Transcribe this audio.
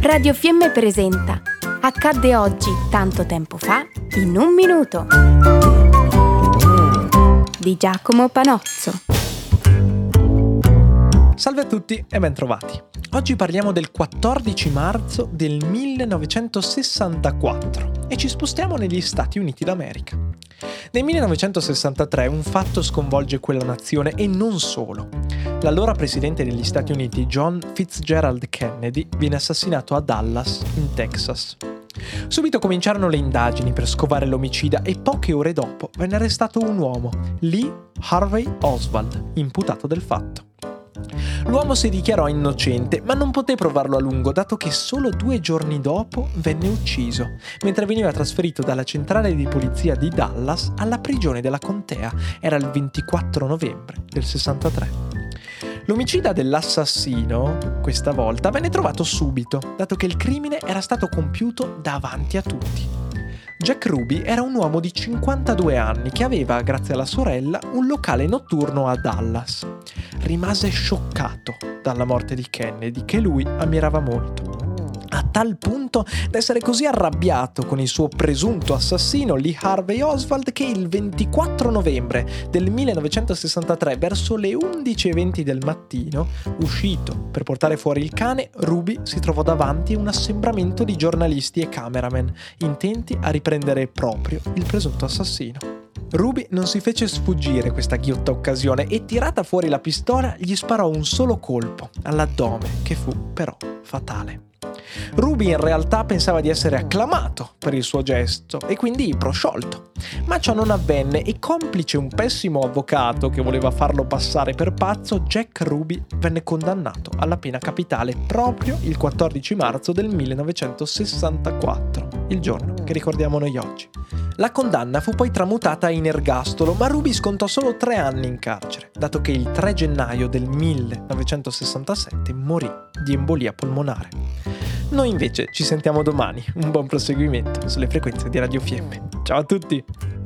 Radio Fiemme presenta Accadde oggi, tanto tempo fa, in un minuto di Giacomo Panozzo. Salve a tutti e bentrovati. Oggi parliamo del 14 marzo del 1964 e ci spostiamo negli Stati Uniti d'America. Nel 1963 un fatto sconvolge quella nazione e non solo. L'allora presidente degli Stati Uniti, John Fitzgerald Kennedy, viene assassinato a Dallas, in Texas. Subito cominciarono le indagini per scovare l'omicida e poche ore dopo venne arrestato un uomo, Lee Harvey Oswald, imputato del fatto. L'uomo si dichiarò innocente, ma non poté provarlo a lungo, dato che solo 2 giorni dopo venne ucciso, mentre veniva trasferito dalla centrale di polizia di Dallas alla prigione della contea. Era il 24 novembre del 63. L'omicida dell'assassino, questa volta, venne trovato subito, dato che il crimine era stato compiuto davanti a tutti. Jack Ruby era un uomo di 52 anni che aveva, grazie alla sorella, un locale notturno a Dallas. Rimase scioccato dalla morte di Kennedy, che lui ammirava molto. A tal punto da essere così arrabbiato con il suo presunto assassino Lee Harvey Oswald che il 24 novembre del 1963, verso le 11:20 del mattino, uscito per portare fuori il cane, Ruby si trovò davanti a un assembramento di giornalisti e cameraman, intenti a riprendere proprio il presunto assassino. Ruby non si fece sfuggire questa ghiotta occasione e, tirata fuori la pistola, gli sparò un solo colpo all'addome, che fu però fatale. Ruby in realtà pensava di essere acclamato per il suo gesto e quindi prosciolto, ma ciò non avvenne e, complice un pessimo avvocato che voleva farlo passare per pazzo, Jack Ruby venne condannato alla pena capitale proprio il 14 marzo del 1964, il giorno che ricordiamo noi oggi. La condanna fu poi tramutata in ergastolo, ma Ruby scontò solo 3 anni in carcere, dato che il 3 gennaio del 1967 morì di embolia polmonare. Noi invece ci sentiamo domani. Un buon proseguimento sulle frequenze di Radio Fiemme. Ciao a tutti!